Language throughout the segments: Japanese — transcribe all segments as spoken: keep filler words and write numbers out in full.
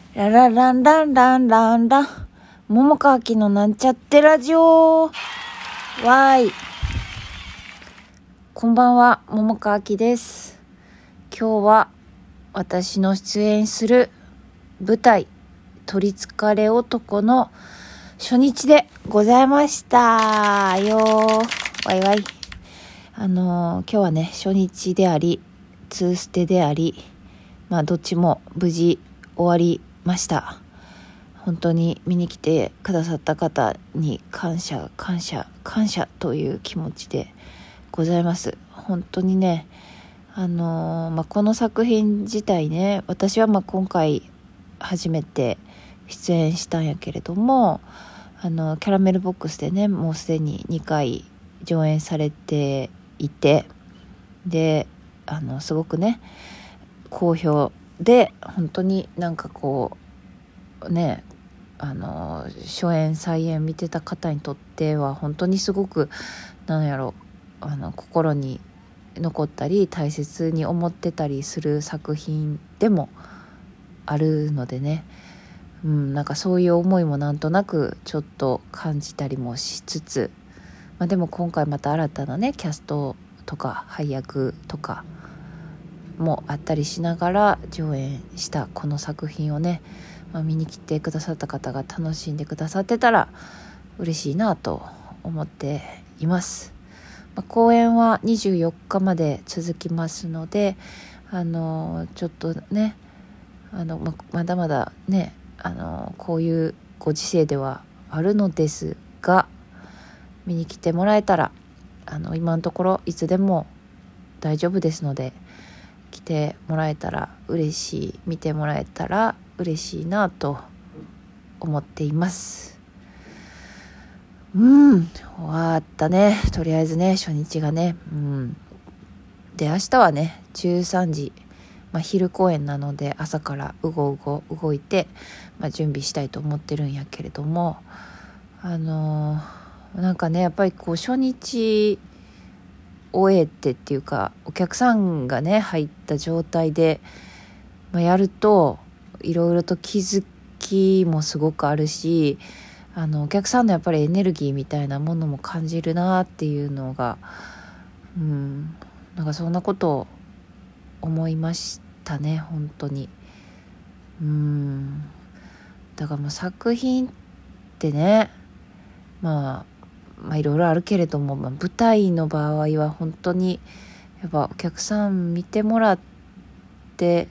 ララランランランランラン桃川きのなんちゃってラジオわーい。こんばんは、桃川きです。今日は私の出演する舞台取りつかれ男の初日でございましたよー。わいわい。あのー、今日はね初日でありツーステであり、まあどっちも無事終わりました。本当に見に来てくださった方に感謝感謝感謝という気持ちでございます。本当にね、あのーまあ、この作品自体ね、私はまあ今回初めて出演したんやけれども、あのキャラメルボックスでねもうすでににかい上演されていて、であのすごくね好評で、本当になんかこうね、あの初演再演見てた方にとっては本当にすごくなんやろ、あの心に残ったり大切に思ってたりする作品でもあるのでね、うん、なんかそういう思いもなんとなくちょっと感じたりもしつつ、まあ、でも今回また新たなねキャストとか配役とかもあったりしながら上演したこの作品をね、まあ、見に来てくださった方が楽しんでくださってたら嬉しいなと思っています。まあ、公演はにじゅうよっかまで続きますので、あのちょっとね、あの ま, まだまだね、あのこういうご時世ではあるのですが、見に来てもらえたら、あの今のところいつでも大丈夫ですので、来てもらえたら嬉しい、見てもらえたら嬉しいなと思っています。うん、終わったね、とりあえずね初日がね。うん、で明日はねじゅうさんじ、まあ、昼公演なので朝からうごうご動いて、まあ、準備したいと思ってるんやけれども、あのー、なんかねやっぱりこう初日終えてっていうか、お客さんがね入った状態で、まあ、やるといろいろと気づきもすごくあるし、あのお客さんのやっぱりエネルギーみたいなものも感じるなっていうのが、うん、なんかそんなことを思いましたね本当に。うん、だからもう作品ってね、まあまあいろいろあるけれども、まあ、舞台の場合は本当にやっぱお客さん見てもらって、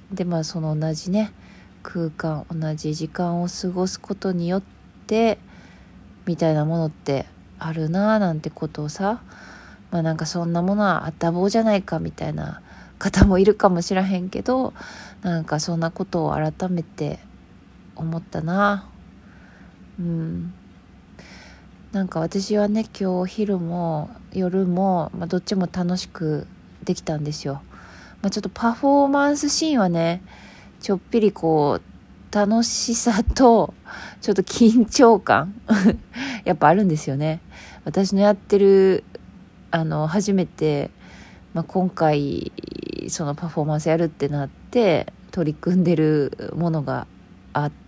でまあその同じね空間同じ時間を過ごすことによってみたいなものってあるなぁなんてことをさ、まあなんかそんなものはあったぼうじゃないかみたいな方もいるかもしらへんけど、なんかそんなことを改めて思ったな。うん、なんか私はね今日昼も夜も、まあ、どっちも楽しくできたんですよ。まあ、ちょっとパフォーマンスシーンはねちょっぴりこう楽しさとちょっと緊張感やっぱあるんですよね。私のやってるあの初めて、まあ、今回そのパフォーマンスやるってなって取り組んでるものがあって、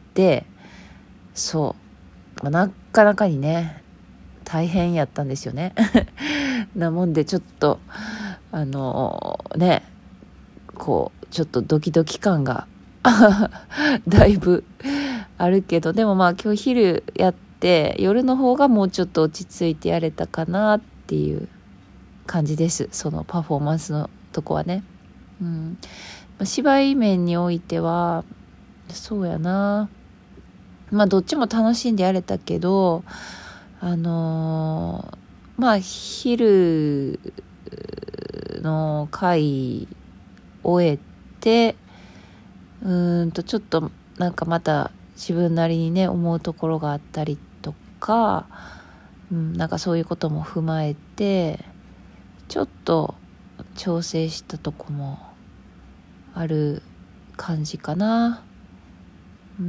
そう、まあ、なかなかにね大変やったんですよねなもんでちょっとあのねこうちょっとドキドキ感がだいぶあるけど、でもまあ今日昼やって夜の方がもうちょっと落ち着いてやれたかなっていう感じです。そのパフォーマンスのとこはね、うん、芝居面においてはそうやな、まあどっちも楽しんでやれたけど、あのー、まあ昼の回終えて、うーんとちょっとなんかまた自分なりにね思うところがあったりとか、うん、なんかそういうことも踏まえてちょっと調整したとこもある感じかな。うん、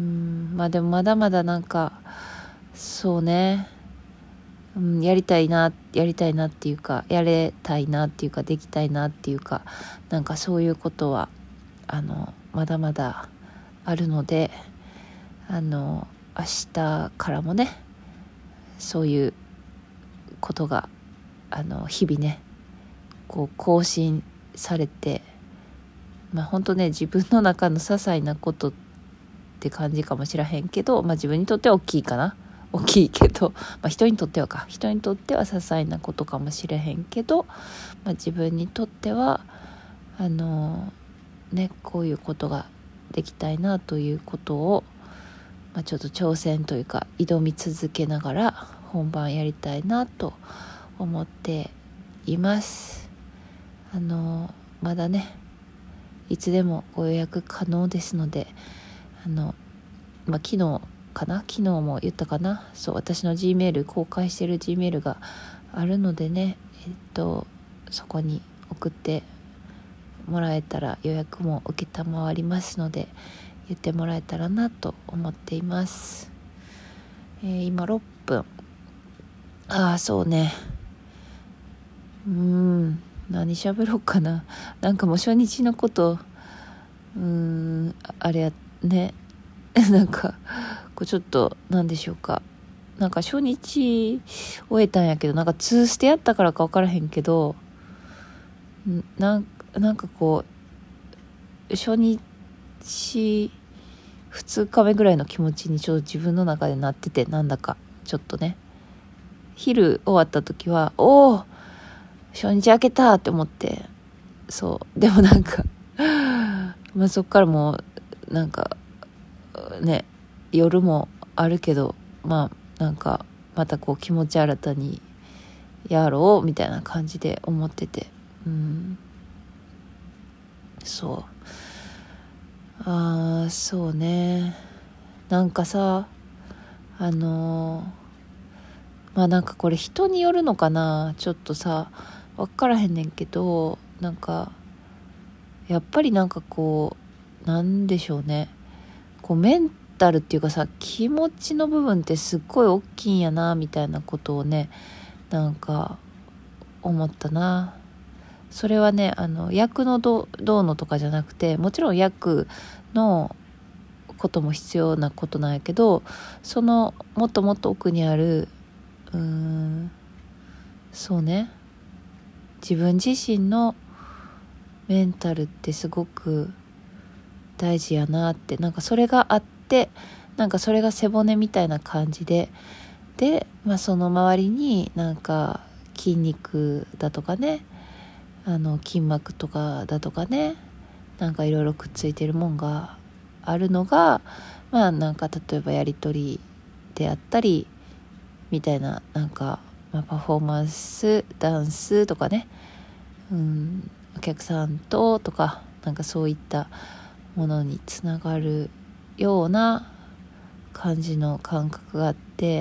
まあでもまだまだなんかそうね、うん、やりたいなやりたいなっていうかやれたいなっていうかできたいなっていうか、なんかそういうことはあのまだまだあるので、 あの明日からもねそういうことがあの日々ねこう更新されて、まあ本当ね自分の中の些細なことって感じかもしらへんけど、まあ自分にとっては大きいかな大きいけど、まあ人にとってはか人にとっては些細なことかもしれへんけど、まあ自分にとってはあのねこういうことができたいなということを、まあ、ちょっと挑戦というか挑み続けながら本番やりたいなと思っています。あのまだねいつでもご予約可能ですので、あの、まあ、昨日かな昨日も言ったかな、そう私の G メール公開している G メールがあるのでね、えっとそこに送ってもらえたら予約も受けたまわりますので言ってもらえたらなと思っています。えー、今ろっぷん。ああそうね、うーん何喋ろうかな。なんかもう初日のことうーんあれやねなんかこうちょっとなんでしょうか、なんか初日終えたんやけどなんかツーステやったからか分からへんけどなんなんかこう初日ふつかめぐらいの気持ちにちょっと自分の中でなってて、なんだかちょっとね昼終わった時はおお初日明けたって思って、そうでもなんかまあそっからもうなんかね夜もあるけど、まあなんかまたこう気持ち新たにやろうみたいな感じで思ってて、うんそうあーそうね、なんかさあのー、まあなんかこれ人によるのかな、ちょっとさ分からへんねんけど、なんかやっぱりなんかこうなんでしょうね、こうメンタルっていうかさ気持ちの部分ってすっごい大きいんやなみたいなことをねなんか思ったな。それはねあの役のどどうのとかじゃなくて、もちろん役のことも必要なことなんやけど、そのもっともっと奥にあるうーんそうね自分自身のメンタルってすごく大事やなって、なんかそれがあってなんかそれが背骨みたいな感じでで、まあ、その周りになんか筋肉だとかねあの筋膜とかだとかねなんかいろいろくっついてるもんがあるのが、まあなんか例えばやり取りであったりみたいな、なんか、まあ、パフォーマンスダンスとかね、うん、お客さんととかなんかそういったものにつながるような感じの感覚があって、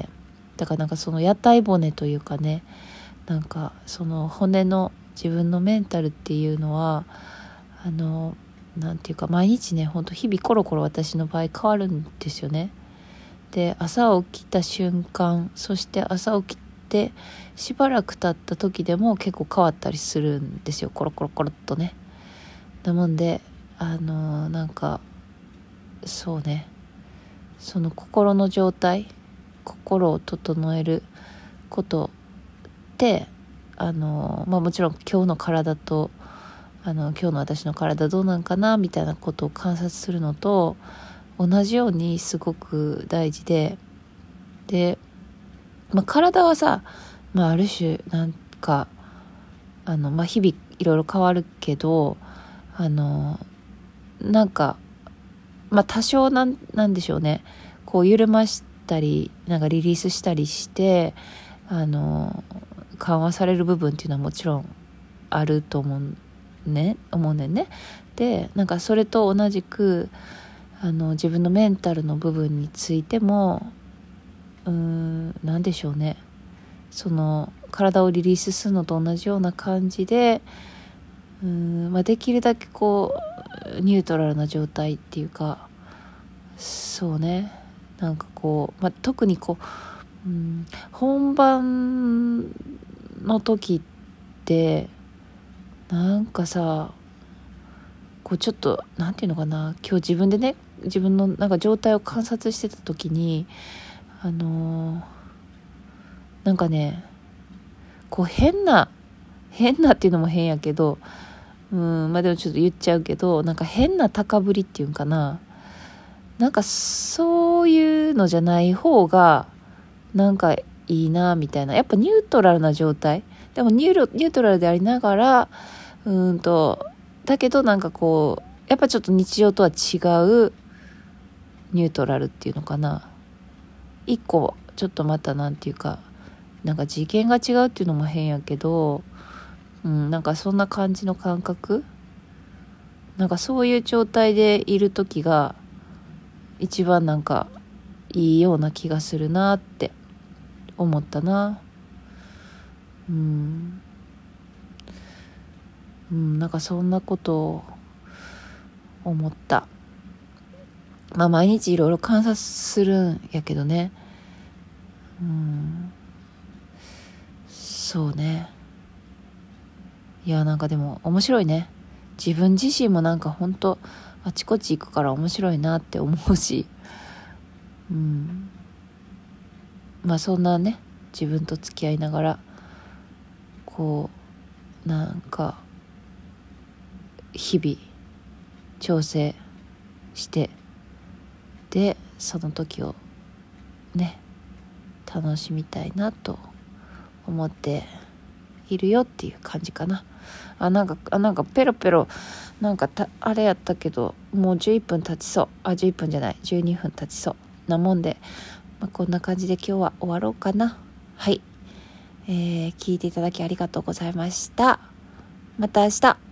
だからなんかその屋台骨というかね、なんかその骨の自分のメンタルっていうのはあのなんていうか毎日ねほんと日々コロコロ私の場合変わるんですよね。で朝起きた瞬間、そして朝起きてしばらく経った時でも結構変わったりするんですよ、コロコロコロっとね。なもんであのなんかそうねその心の状態心を整えることってあの、まあ、もちろん今日の体とあの今日の私の体どうなんかなみたいなことを観察するのと同じようにすごく大事で、で、まあ、体はさ、まあ、ある種なんかあの、まあ、日々いろいろ変わるけどあのなんかまあ多少なんなんでしょうね、こう緩ましたりなんかリリースしたりしてあの緩和される部分っていうのはもちろんあると思うね思うねんね。でなんかそれと同じくあの自分のメンタルの部分についてもうーんなんでしょうね、その体をリリースするのと同じような感じでうーん、まあ、できるだけこうニュートラルな状態っていうか、そうねなんかこう、まあ、特にこう、うん、本番の時ってなんかさこうちょっとなんていうのかな、今日自分でね自分のなんか状態を観察してた時にあのー、なんかねこう変な変なっていうのも変やけどうんまあでもちょっと言っちゃうけどなんか変な高ぶりっていうんかな、なんかそういうのじゃない方がなんかいいなみたいな、やっぱニュートラルな状態でもニューロニュートラルでありながらうーんとだけどなんかこうやっぱちょっと日常とは違うニュートラルっていうのかな、一個ちょっとまたなんていうかなんか次元が違うっていうのも変やけど、うん、なんかそんな感じの感覚、なんかそういう状態でいる時が一番なんかいいような気がするなって思ったな。うん、うん、なんかそんなことを思った。まあ毎日いろいろ観察するんやけどね、うん、そうね。いやなんかでも面白いね。自分自身もなんかほんとあちこち行くから面白いなって思うし、うん、まあそんなね自分と付き合いながらこうなんか日々調整してでその時をね楽しみたいなと思っているよっていう感じかな。あなんかあなんかペロペロなんかたあれやったけどもうじゅういっぷん経ちそう。あじゅういっぷんじゃないじゅうにふん経ちそうなもんで、まあ、こんな感じで今日は終わろうかな。はい、えー、聞いていただきありがとうございました。また明日。